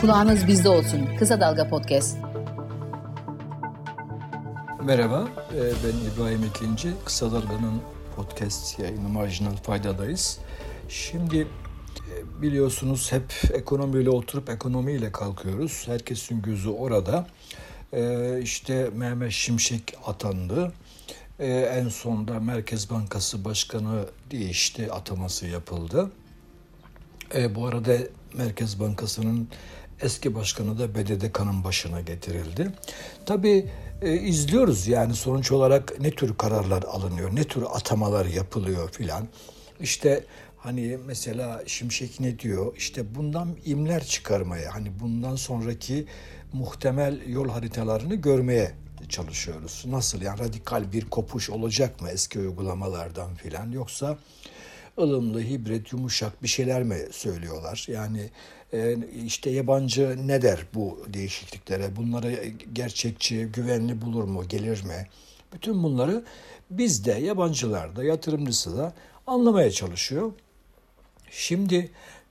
Kulağınız bizde olsun. Kısa Dalga Podcast. Merhaba, ben İbrahim Ekinci. Kısa Dalga'nın podcast yayını Marjinal Fayda'dayız. Şimdi biliyorsunuz hep ekonomiyle oturup ekonomiyle kalkıyoruz. Herkesin gözü orada. İşte Mehmet Şimşek atandı. En sonda Merkez Bankası Başkanı değişti, ataması yapıldı. Bu arada Merkez Bankası'nın eski başkanı da BDDK'nın başına getirildi. Tabii izliyoruz yani sonuç olarak ne tür kararlar alınıyor, ne tür atamalar yapılıyor filan. İşte hani mesela Şimşek ne diyor? İşte bundan imler çıkarmaya, hani bundan sonraki muhtemel yol haritalarını görmeye çalışıyoruz. Nasıl yani radikal bir kopuş olacak mı eski uygulamalardan filan, yoksa ılımlı, hibrit, yumuşak bir şeyler mi söylüyorlar? Yani işte yabancı ne der bu değişikliklere? Bunları gerçekçi, güvenli bulur mu, gelir mi? Bütün bunları biz de, yabancılar da, yatırımcısı da anlamaya çalışıyor. Şimdi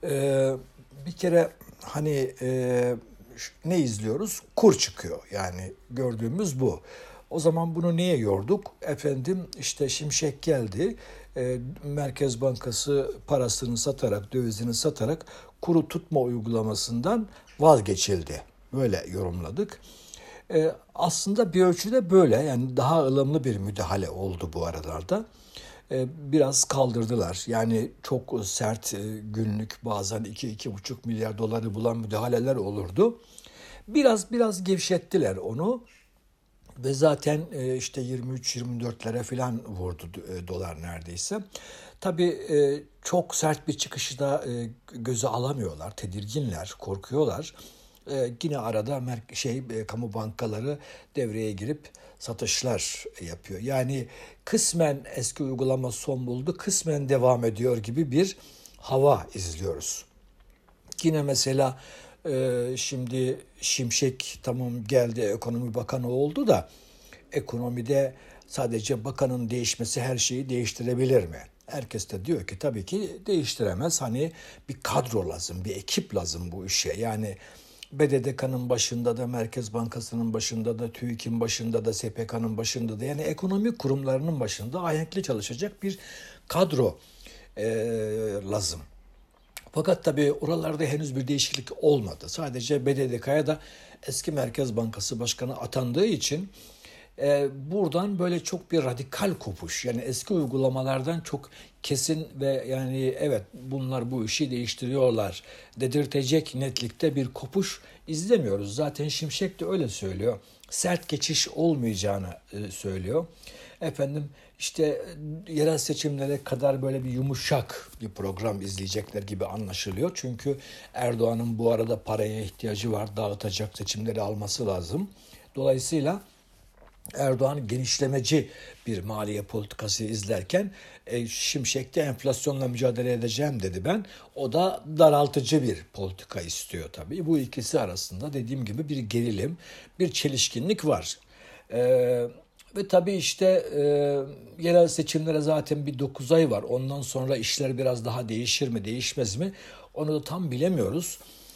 bir kere hani ne izliyoruz? Kur çıkıyor. Yani gördüğümüz bu. O zaman bunu niye yorduk? Efendim işte Şimşek geldi. Merkez Bankası parasını satarak, dövizini satarak kuru tutma uygulamasından vazgeçildi. Böyle yorumladık. Aslında bir ölçüde böyle, yani daha ılımlı bir müdahale oldu bu aralarda. Biraz kaldırdılar. Yani çok sert, günlük bazen 2-2,5 milyar doları bulan müdahaleler olurdu. Biraz gevşettiler onu. Ve zaten işte 23-24'lere falan vurdu dolar neredeyse. Tabii çok sert bir çıkışı da göze alamıyorlar, tedirginler, korkuyorlar. Yine arada kamu bankaları devreye girip satışlar yapıyor. Yani kısmen eski uygulama son buldu, kısmen devam ediyor gibi bir hava izliyoruz. Yine mesela şimdi Şimşek tamam geldi, ekonomi bakanı oldu da ekonomide sadece bakanın değişmesi her şeyi değiştirebilir mi? Herkes de diyor ki tabii ki değiştiremez. Hani bir kadro lazım, bir ekip lazım bu işe. Yani BDDK'nın başında da, Merkez Bankası'nın başında da, TÜİK'in başında da, SPK'nın başında da, yani ekonomi kurumlarının başında ahenkli çalışacak bir kadro lazım. Fakat tabii oralarda henüz bir değişiklik olmadı. Sadece BDDK'ya da eski Merkez Bankası Başkanı atandığı için buradan böyle çok bir radikal kopuş, yani eski uygulamalardan çok kesin ve yani evet bunlar bu işi değiştiriyorlar dedirtecek netlikte bir kopuş izlemiyoruz. Zaten Şimşek de öyle söylüyor. Sert geçiş olmayacağını söylüyor. Efendim işte yerel seçimlere kadar böyle bir yumuşak bir program izleyecekler gibi anlaşılıyor. Çünkü Erdoğan'ın bu arada paraya ihtiyacı var, dağıtacak, seçimleri alması lazım. Dolayısıyla Erdoğan genişlemeci bir maliye politikası izlerken Şimşek de enflasyonla mücadele edeceğim dedi ben. O da daraltıcı bir politika istiyor tabii. Bu ikisi arasında dediğim gibi bir gerilim, bir çelişkinlik var. Ve tabii işte yerel seçimlere zaten bir 9 ay var. Ondan sonra işler biraz daha değişir mi, değişmez mi? Onu da tam bilemiyoruz.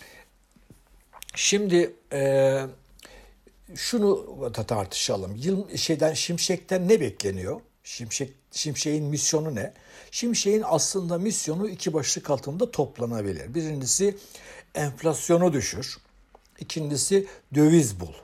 Şimdi şunu da tartışalım. Şimşek'ten ne bekleniyor? Şimşek'in misyonu ne? Şimşek'in aslında misyonu iki başlık altında toplanabilir. Birincisi enflasyonu düşür. İkincisi döviz bul.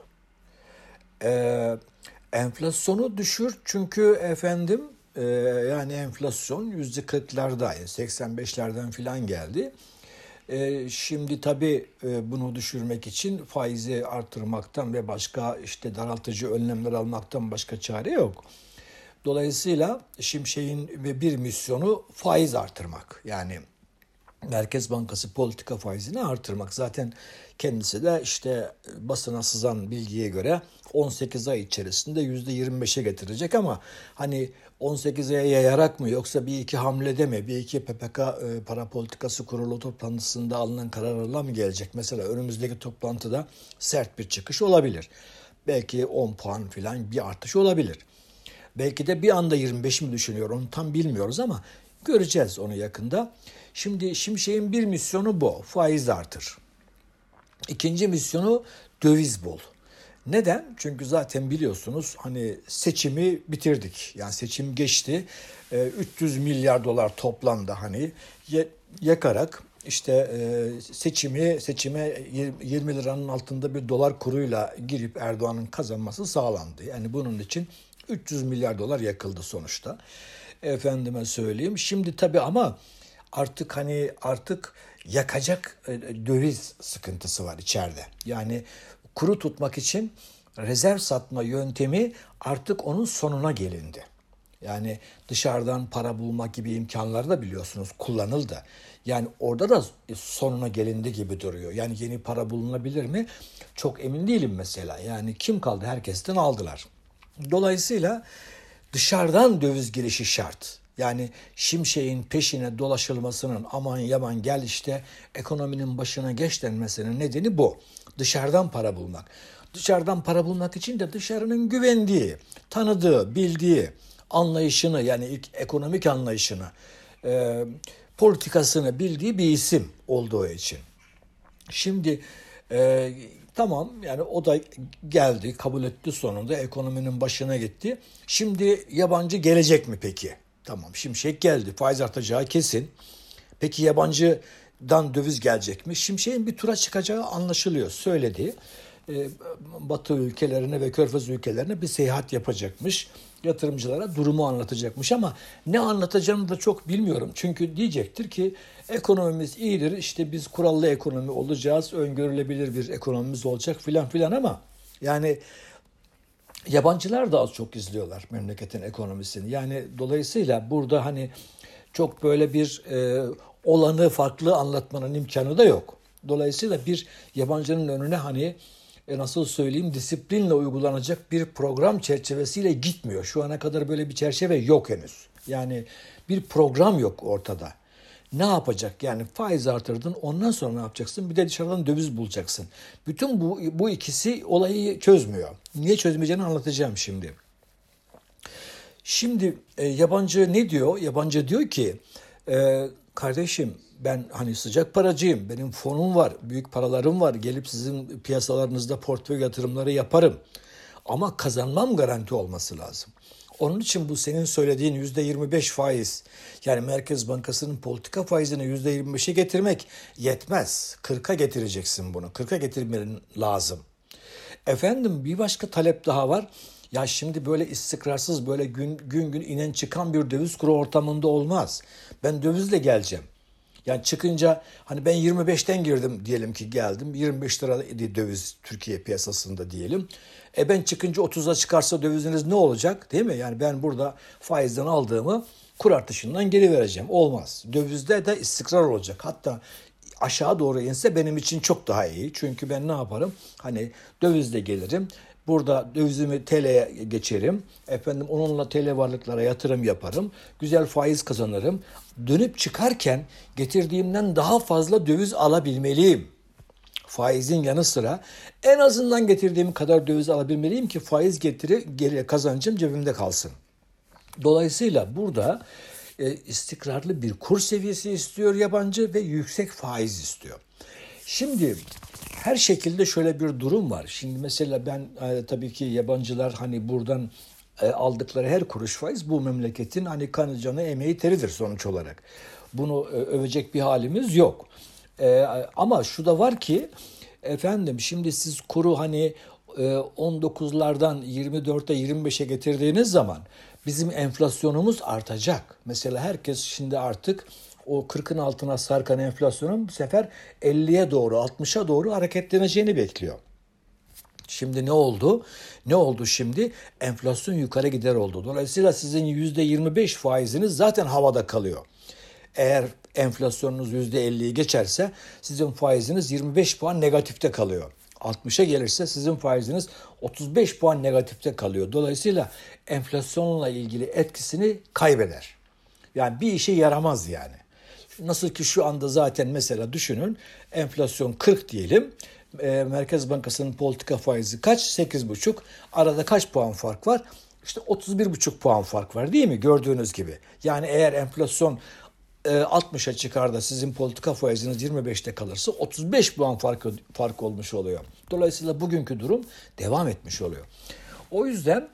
Enflasyonu düşür çünkü efendim yani enflasyon %40'larda, 85'lerden filan geldi. Şimdi tabii bunu düşürmek için faizi artırmaktan ve başka işte daraltıcı önlemler almaktan başka çare yok. Dolayısıyla Şimşek'in bir misyonu faiz artırmak. Yani Merkez Bankası politika faizini artırmak. Zaten kendisi de işte basına sızan bilgiye göre 18 ay içerisinde %25'e getirecek ama hani 18 aya yayarak mı yoksa bir iki hamlede mi, bir iki PPK para politikası kurulu toplantısında alınan kararlarla mı gelecek? Mesela önümüzdeki toplantıda sert bir çıkış olabilir. Belki 10 puan falan bir artış olabilir. Belki de bir anda 25 mi düşünüyor, onu tam bilmiyoruz ama göreceğiz onu yakında. Şimdi Şimşek'in bir misyonu bu, faiz artır. İkinci misyonu döviz bul. Neden? Çünkü zaten biliyorsunuz hani seçimi bitirdik. Yani seçim geçti. 300 milyar dolar toplamda hani yakarak işte seçime 20 liranın altında bir dolar kuruyla girip Erdoğan'ın kazanması sağlandı. Yani bunun için 300 milyar dolar yakıldı sonuçta. Efendime söyleyeyim. Şimdi tabii ama artık yakacak döviz sıkıntısı var içeride. Yani kuru tutmak için rezerv satma yöntemi artık onun sonuna gelindi. Yani dışarıdan para bulmak gibi imkanlar da biliyorsunuz kullanıldı. Yani orada da sonuna gelindi gibi duruyor. Yani yeni para bulunabilir mi? Çok emin değilim mesela. Yani kim kaldı? Herkesten aldılar. Dolayısıyla dışarıdan döviz girişi şart. Yani Şimşek'in peşine dolaşılmasının aman yaman gel işte ekonominin başına geç denmesinin nedeni bu. Dışarıdan para bulmak. Dışarıdan para bulmak için de dışarının güvendiği, tanıdığı, bildiği anlayışını yani ekonomik anlayışını, politikasını bildiği bir isim olduğu için. Şimdi tamam yani o da geldi, kabul etti sonunda ekonominin başına gitti. Şimdi yabancı gelecek mi peki? Tamam Şimşek geldi, faiz artacağı kesin. Peki yabancıdan döviz gelecek mi? Şimşek'in bir tura çıkacağı anlaşılıyor, söyledi. Batı ülkelerine ve Körfez ülkelerine bir seyahat yapacakmış. Yatırımcılara durumu anlatacakmış ama ne anlatacağını da çok bilmiyorum. Çünkü diyecektir ki ekonomimiz iyidir, işte biz kurallı ekonomi olacağız, öngörülebilir bir ekonomimiz olacak filan filan ama yani yabancılar da az çok izliyorlar memleketin ekonomisini. Yani dolayısıyla burada hani çok böyle bir olanı farklı anlatmanın imkanı da yok. Dolayısıyla bir yabancının önüne hani nasıl söyleyeyim disiplinle uygulanacak bir program çerçevesiyle gitmiyor. Şu ana kadar böyle bir çerçeve yok henüz. Yani bir program yok ortada. Ne yapacak? Yani faiz artırdın ondan sonra ne yapacaksın? Bir de dışarıdan döviz bulacaksın. Bütün bu ikisi olayı çözmüyor. Niye çözmeyeceğini anlatacağım şimdi. Şimdi yabancı ne diyor? Yabancı diyor ki kardeşim ben hani sıcak paracıyım. Benim fonum var. Büyük paralarım var. Gelip sizin piyasalarınızda portföy yatırımları yaparım. Ama kazanmam garanti olması lazım. Onun için bu senin söylediğin %25 faiz yani Merkez Bankası'nın politika faizini %25'e getirmek yetmez. 40'a getireceksin bunu. 40'a getirmen lazım. Efendim bir başka talep daha var. Ya şimdi böyle istikrarsız böyle gün inen çıkan bir döviz kuru ortamında olmaz. Ben dövizle geleceğim. Yani çıkınca hani ben 25'ten girdim diyelim ki geldim. 25 lira döviz Türkiye piyasasında diyelim. Ben çıkınca 30'a çıkarsa döviziniz ne olacak değil mi? Yani ben burada faizden aldığımı kur artışından geri vereceğim. Olmaz. Dövizde de istikrar olacak. Hatta aşağı doğru inse benim için çok daha iyi. Çünkü ben ne yaparım? Hani dövizle gelirim. Burada dövizimi TL'ye geçerim. Efendim onunla TL varlıklara yatırım yaparım. Güzel faiz kazanırım. Dönüp çıkarken getirdiğimden daha fazla döviz alabilmeliyim. Faizin yanı sıra en azından getirdiğim kadar döviz alabilmeliyim ki faiz kazancım cebimde kalsın. Dolayısıyla burada istikrarlı bir kur seviyesi istiyor yabancı ve yüksek faiz istiyor. Şimdi her şekilde şöyle bir durum var. Şimdi mesela ben tabii ki yabancılar hani buradan aldıkları her kuruş faiz bu memleketin hani kanı canı emeği teridir sonuç olarak. Bunu övecek bir halimiz yok. Ama şu da var ki efendim şimdi siz kuru hani 19'lardan 24'e 25'e getirdiğiniz zaman bizim enflasyonumuz artacak. Mesela herkes şimdi artık o 40'ın altına sarkan enflasyonun bu sefer 50'ye doğru 60'a doğru hareketleneceğini bekliyor. Şimdi ne oldu? Ne oldu şimdi? Enflasyon yukarı gider oldu. Dolayısıyla sizin %25 faiziniz zaten havada kalıyor. Eğer enflasyonunuz %50'yi geçerse sizin faiziniz 25 puan negatifte kalıyor. 60'a gelirse sizin faiziniz 35 puan negatifte kalıyor. Dolayısıyla enflasyonla ilgili etkisini kaybeder. Yani bir işe yaramaz yani. Nasıl ki şu anda zaten mesela düşünün enflasyon 40 diyelim. Merkez Bankası'nın politika faizi kaç? 8,5. Arada kaç puan fark var? İşte 31,5 puan fark var değil mi? Gördüğünüz gibi. Yani eğer enflasyon 60'a çıkar da sizin politika faiziniz 25'te kalırsa 35 puan fark olmuş oluyor. Dolayısıyla bugünkü durum devam etmiş oluyor. O yüzden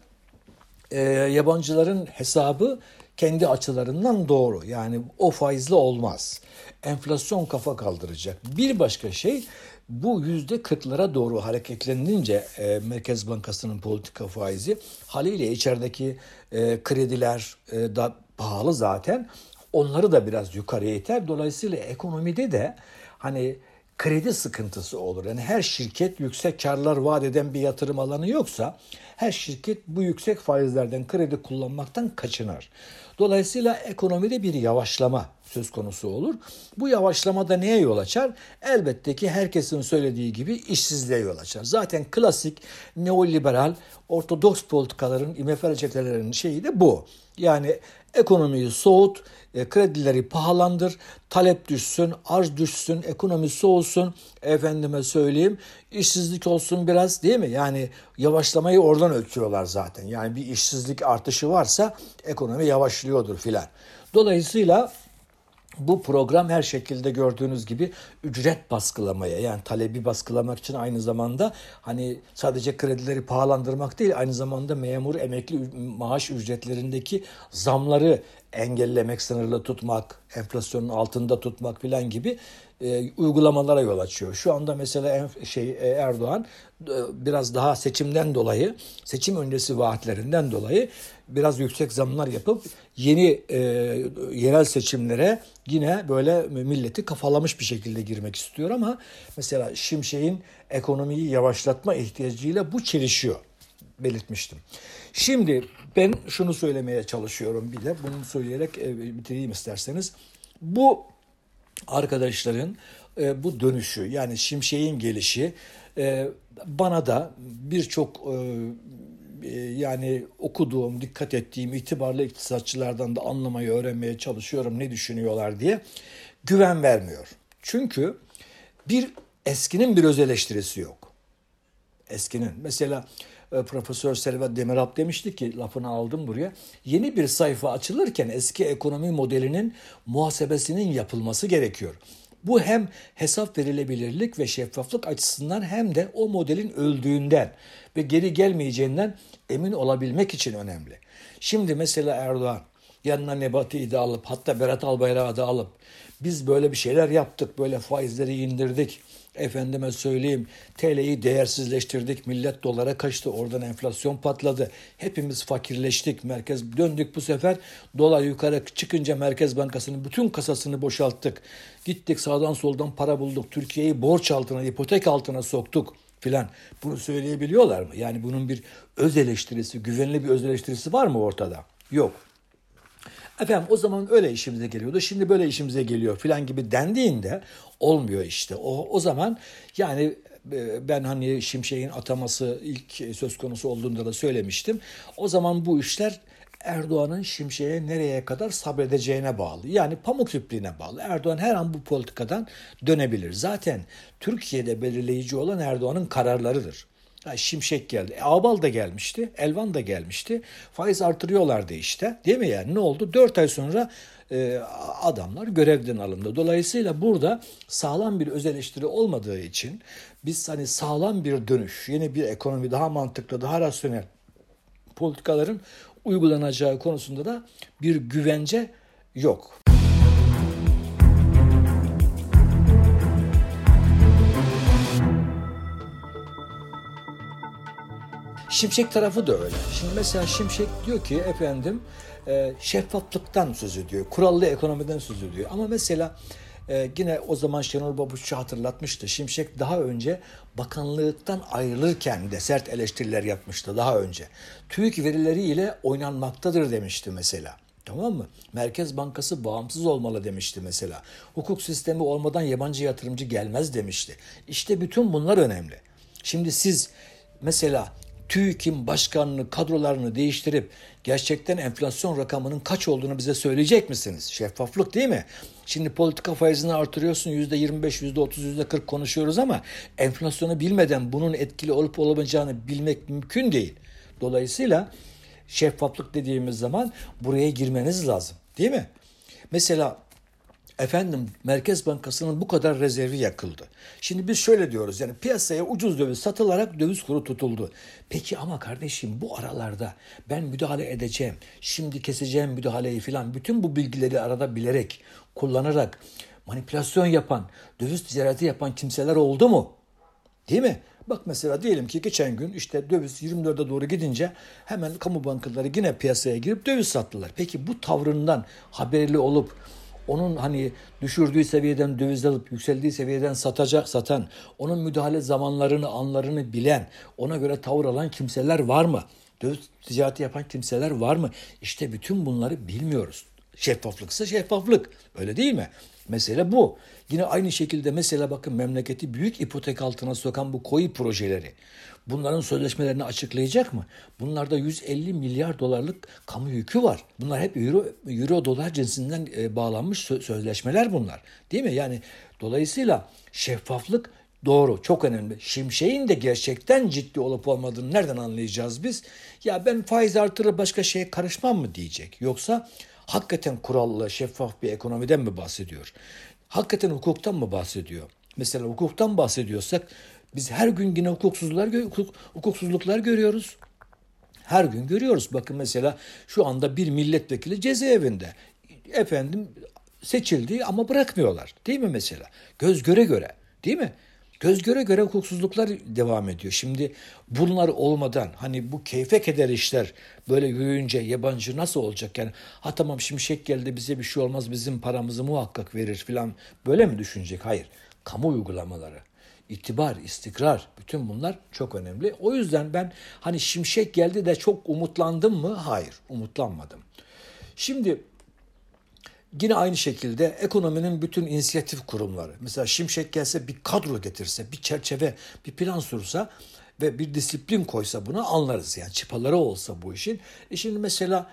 yabancıların hesabı kendi açılarından doğru. Yani o faizle olmaz. Enflasyon kafa kaldıracak. Bir başka şey, bu %40'lara doğru hareketlenince Merkez Bankası'nın politika faizi haliyle içerideki krediler da pahalı zaten. Onları da biraz yukarıya iter. Dolayısıyla ekonomide de hani kredi sıkıntısı olur. Yani her şirket yüksek karlar vaat eden bir yatırım alanı yoksa her şirket bu yüksek faizlerden kredi kullanmaktan kaçınır. Dolayısıyla ekonomide bir yavaşlama söz konusu olur. Bu yavaşlamada neye yol açar? Elbette ki herkesin söylediği gibi işsizliğe yol açar. Zaten klasik neoliberal ortodoks politikaların, IMF reçetelerinin şeyi de bu. Yani ekonomiyi soğut, kredileri pahalandır, talep düşsün, arz düşsün, ekonomi soğusun, efendime söyleyeyim, işsizlik olsun biraz, değil mi? Yani yavaşlamayı oradan ölçüyorlar zaten. Yani bir işsizlik artışı varsa ekonomi yavaşlıyordur filan. Dolayısıyla bu program her şekilde gördüğünüz gibi ücret baskılamaya, yani talebi baskılamak için aynı zamanda hani sadece kredileri pahalandırmak değil, aynı zamanda memur, emekli maaş ücretlerindeki zamları engellemek, sınırlı tutmak, enflasyonun altında tutmak filan gibi uygulamalara yol açıyor. Şu anda mesela Erdoğan biraz daha seçimden dolayı, seçim öncesi vaatlerinden dolayı biraz yüksek zamlar yapıp yeni yerel seçimlere yine böyle milleti kafalamış bir şekilde girmek istiyor ama mesela Şimşek'in ekonomiyi yavaşlatma ihtiyacıyla bu çelişiyor, belirtmiştim. Şimdi ben şunu söylemeye çalışıyorum, bir de bunu söyleyerek bitireyim isterseniz. Bu arkadaşların bu dönüşü, yani Şimşek'in gelişi bana da birçok yani okuduğum, dikkat ettiğim itibarlı iktisatçılardan da anlamayı, öğrenmeye çalışıyorum ne düşünüyorlar diye, güven vermiyor. Çünkü eskinin bir öz eleştirisi yok. Eskinin. Mesela Profesör Servet Demiralp demişti ki, lafını aldım buraya, yeni bir sayfa açılırken eski ekonomi modelinin muhasebesinin yapılması gerekiyor. Bu hem hesap verilebilirlik ve şeffaflık açısından hem de o modelin öldüğünden ve geri gelmeyeceğinden emin olabilmek için önemli. Şimdi mesela Erdoğan yanına Nebati'yi de alıp, hatta Berat Albayrak'ı da alıp, biz böyle bir şeyler yaptık, böyle faizleri indirdik, efendime söyleyeyim TL'yi değersizleştirdik, millet dolara kaçtı, oradan enflasyon patladı, hepimiz fakirleştik, döndük bu sefer, dolar yukarı çıkınca Merkez Bankası'nın bütün kasasını boşalttık, gittik sağdan soldan para bulduk, Türkiye'yi borç altına, ipotek altına soktuk filan. Bunu söyleyebiliyorlar mı? Yani bunun bir öz eleştirisi, güvenilir bir öz eleştirisi var mı ortada? Yok. Efendim o zaman öyle işimize geliyordu, şimdi böyle işimize geliyor filan gibi dendiğinde olmuyor işte. O zaman yani ben hani Şimşek'in ataması ilk söz konusu olduğunda da söylemiştim. O zaman bu işler Erdoğan'ın Şimşek'e nereye kadar sabredeceğine bağlı. Yani pamuk ipliğine bağlı. Erdoğan her an bu politikadan dönebilir. Zaten Türkiye'de belirleyici olan Erdoğan'ın kararlarıdır. Şimşek geldi. Ağbal da gelmişti. Elvan da gelmişti. Faiz artırıyorlardı işte. Değil mi yani? Ne oldu? 4 ay sonra adamlar görevden alındı. Dolayısıyla burada sağlam bir öz eleştiri olmadığı için biz hani sağlam bir dönüş, yeni bir ekonomi, daha mantıklı, daha rasyonel politikaların uygulanacağı konusunda da bir güvence yok. Şimşek tarafı da öyle. Şimdi mesela Şimşek diyor ki efendim şeffaflıktan söz ediyor. Kurallı ekonomiden söz ediyor. Ama mesela yine o zaman Şenol Babuşçu hatırlatmıştı. Şimşek daha önce bakanlıktan ayrılırken de sert eleştiriler yapmıştı daha önce. TÜİK verileriyle oynanmaktadır demişti mesela. Tamam mı? Merkez Bankası bağımsız olmalı demişti mesela. Hukuk sistemi olmadan yabancı yatırımcı gelmez demişti. İşte bütün bunlar önemli. Şimdi siz mesela TÜİK'in başkanını, kadrolarını değiştirip gerçekten enflasyon rakamının kaç olduğunu bize söyleyecek misiniz? Şeffaflık değil mi? Şimdi politika faizini artırıyorsun, %25, %30, %40 konuşuyoruz ama enflasyonu bilmeden bunun etkili olup olamayacağını bilmek mümkün değil. Dolayısıyla şeffaflık dediğimiz zaman buraya girmeniz lazım, değil mi? Mesela Merkez Bankası'nın bu kadar rezervi yakıldı. Şimdi biz şöyle diyoruz, yani piyasaya ucuz döviz satılarak döviz kuru tutuldu. Peki ama kardeşim, bu aralarda ben müdahale edeceğim, şimdi keseceğim müdahaleyi filan, bütün bu bilgileri arada bilerek, kullanarak manipülasyon yapan, döviz ticareti yapan kimseler oldu mu? Değil mi? Bak mesela diyelim ki geçen gün işte döviz 24'e doğru gidince hemen kamu bankaları yine piyasaya girip döviz sattılar. Peki bu tavrından haberli olup onun hani düşürdüğü seviyeden döviz alıp yükseldiği seviyeden satan, onun müdahale zamanlarını, anlarını bilen, ona göre tavır alan kimseler var mı? Döviz ticareti yapan kimseler var mı? İşte bütün bunları bilmiyoruz. Şeffaflıksa şeffaflık. Öyle değil mi? Mesele bu. Yine aynı şekilde mesela bakın, memleketi büyük ipotek altına sokan bu KOİ projeleri. Bunların sözleşmelerini açıklayacak mı? Bunlarda 150 milyar dolarlık kamu yükü var. Bunlar hep euro dolar cinsinden bağlanmış sözleşmeler bunlar. Değil mi? Yani dolayısıyla şeffaflık doğru, çok önemli. Şimşek'in de gerçekten ciddi olup olmadığını nereden anlayacağız biz? Ya ben faiz artırır başka şeye karışmam mı diyecek. Yoksa hakikaten kurallı, şeffaf bir ekonomiden mi bahsediyor? Hakikaten hukuktan mı bahsediyor? Mesela hukuktan bahsediyorsak biz her gün yine hukuksuzluklar görüyoruz. Her gün görüyoruz. Bakın mesela şu anda bir milletvekili cezaevinde. Seçildi ama bırakmıyorlar. Değil mi mesela? Göz göre göre. Değil mi? Göz göre göre hukuksuzluklar devam ediyor. Şimdi bunlar olmadan hani bu keyfe keder işler böyle yürüyünce yabancı nasıl olacak? Yani tamam Şimşek geldi, bize bir şey olmaz, bizim paramızı muhakkak verir filan, böyle mi düşünecek? Hayır. Kamu uygulamaları, itibar, istikrar, bütün bunlar çok önemli. O yüzden ben hani Şimşek geldi de çok umutlandım mı? Hayır, umutlanmadım. Şimdi yine aynı şekilde ekonominin bütün inisiyatif kurumları, mesela Şimşek gelse, bir kadro getirse, bir çerçeve, bir plan sunsa ve bir disiplin koysa buna anlarız. Yani çıpaları olsa bu işin. Şimdi mesela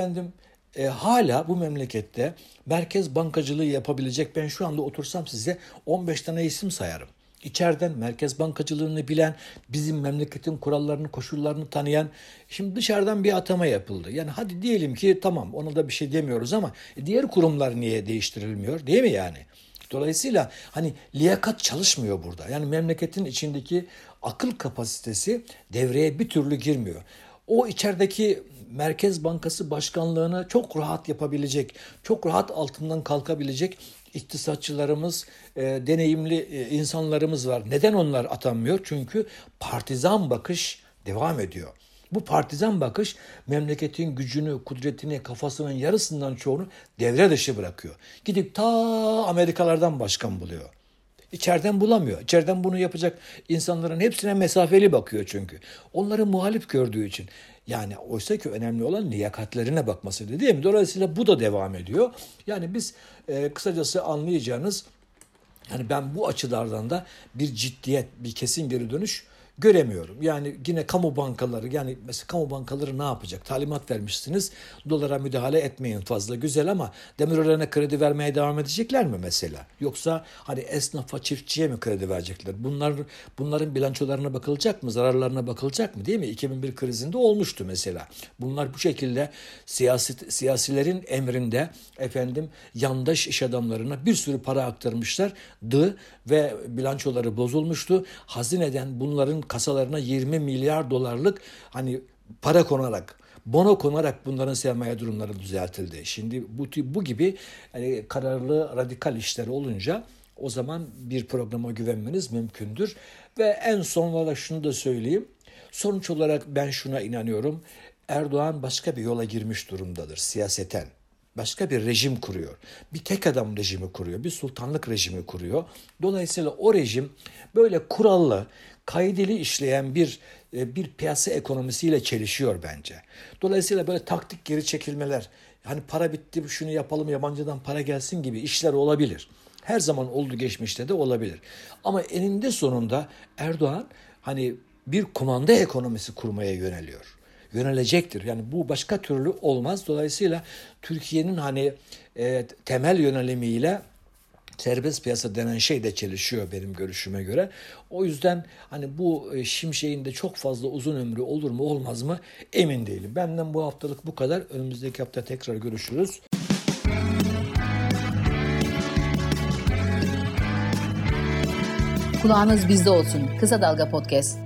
hala bu memlekette merkez bankacılığı yapabilecek, ben şu anda otursam size 15 tane isim sayarım. İçeriden merkez bankacılığını bilen, bizim memleketin kurallarını, koşullarını tanıyan, şimdi dışarıdan bir atama yapıldı. Yani hadi diyelim ki tamam, ona da bir şey demiyoruz ama diğer kurumlar niye değiştirilmiyor, değil mi yani? Dolayısıyla hani liyakat çalışmıyor burada. Yani memleketin içindeki akıl kapasitesi devreye bir türlü girmiyor. O içerideki Merkez Bankası başkanlığını çok rahat yapabilecek, çok rahat altından kalkabilecek iktisatçılarımız, deneyimli insanlarımız var. Neden onlar atanmıyor? Çünkü partizan bakış devam ediyor. Bu partizan bakış memleketin gücünü, kudretini, kafasının yarısından çoğunu devre dışı bırakıyor. Gidip ta Amerikalardan başkan buluyor. İçeriden bulamıyor. İçeriden bunu yapacak insanların hepsine mesafeli bakıyor çünkü. Onları muhalif gördüğü için. Yani oysa ki önemli olan liyakatlerine bakması, değil mi? Dolayısıyla bu da devam ediyor. Yani biz kısacası anlayacağınız, yani ben bu açılardan da bir ciddiyet, bir kesin geri dönüş göremiyorum. Yani yine kamu bankaları, yani mesela kamu bankaları ne yapacak? Talimat vermişsiniz, dolara müdahale etmeyin fazla, güzel, ama Demirören'e kredi vermeye devam edecekler mi mesela? Yoksa hani esnafa, çiftçiye mi kredi verecekler? Bunların bilançolarına bakılacak mı? Zararlarına bakılacak mı, değil mi? 2001 krizinde olmuştu mesela. Bunlar bu şekilde siyasilerin emrinde yandaş iş adamlarına bir sürü para aktarmışlardı ve bilançoları bozulmuştu. Hazineden bunların kasalarına 20 milyar dolarlık hani para konarak, bono konarak bunların sermaye durumları düzeltildi. Şimdi bu gibi hani kararlı, radikal işler olunca o zaman bir programa güvenmeniz mümkündür. Ve en son olarak şunu da söyleyeyim. Sonuç olarak ben şuna inanıyorum. Erdoğan başka bir yola girmiş durumdadır siyaseten. Başka bir rejim kuruyor. Bir tek adam rejimi kuruyor. Bir sultanlık rejimi kuruyor. Dolayısıyla o rejim böyle kurallı, kaideli işleyen bir piyasa ekonomisiyle çelişiyor bence. Dolayısıyla böyle taktik geri çekilmeler, hani para bitti şunu yapalım, yabancıdan para gelsin gibi işler olabilir. Her zaman oldu, geçmişte de olabilir. Ama eninde sonunda Erdoğan hani bir kumanda ekonomisi kurmaya yönelecektir. Yani bu başka türlü olmaz. Dolayısıyla Türkiye'nin temel yönelimiyle serbest piyasa denen şey de çelişiyor benim görüşüme göre. O yüzden hani bu Şimşek'in de çok fazla uzun ömrü olur mu olmaz mı emin değilim. Benden bu haftalık bu kadar. Önümüzdeki hafta tekrar görüşürüz. Kulağınız bizde olsun. Kısa Dalga Podcast.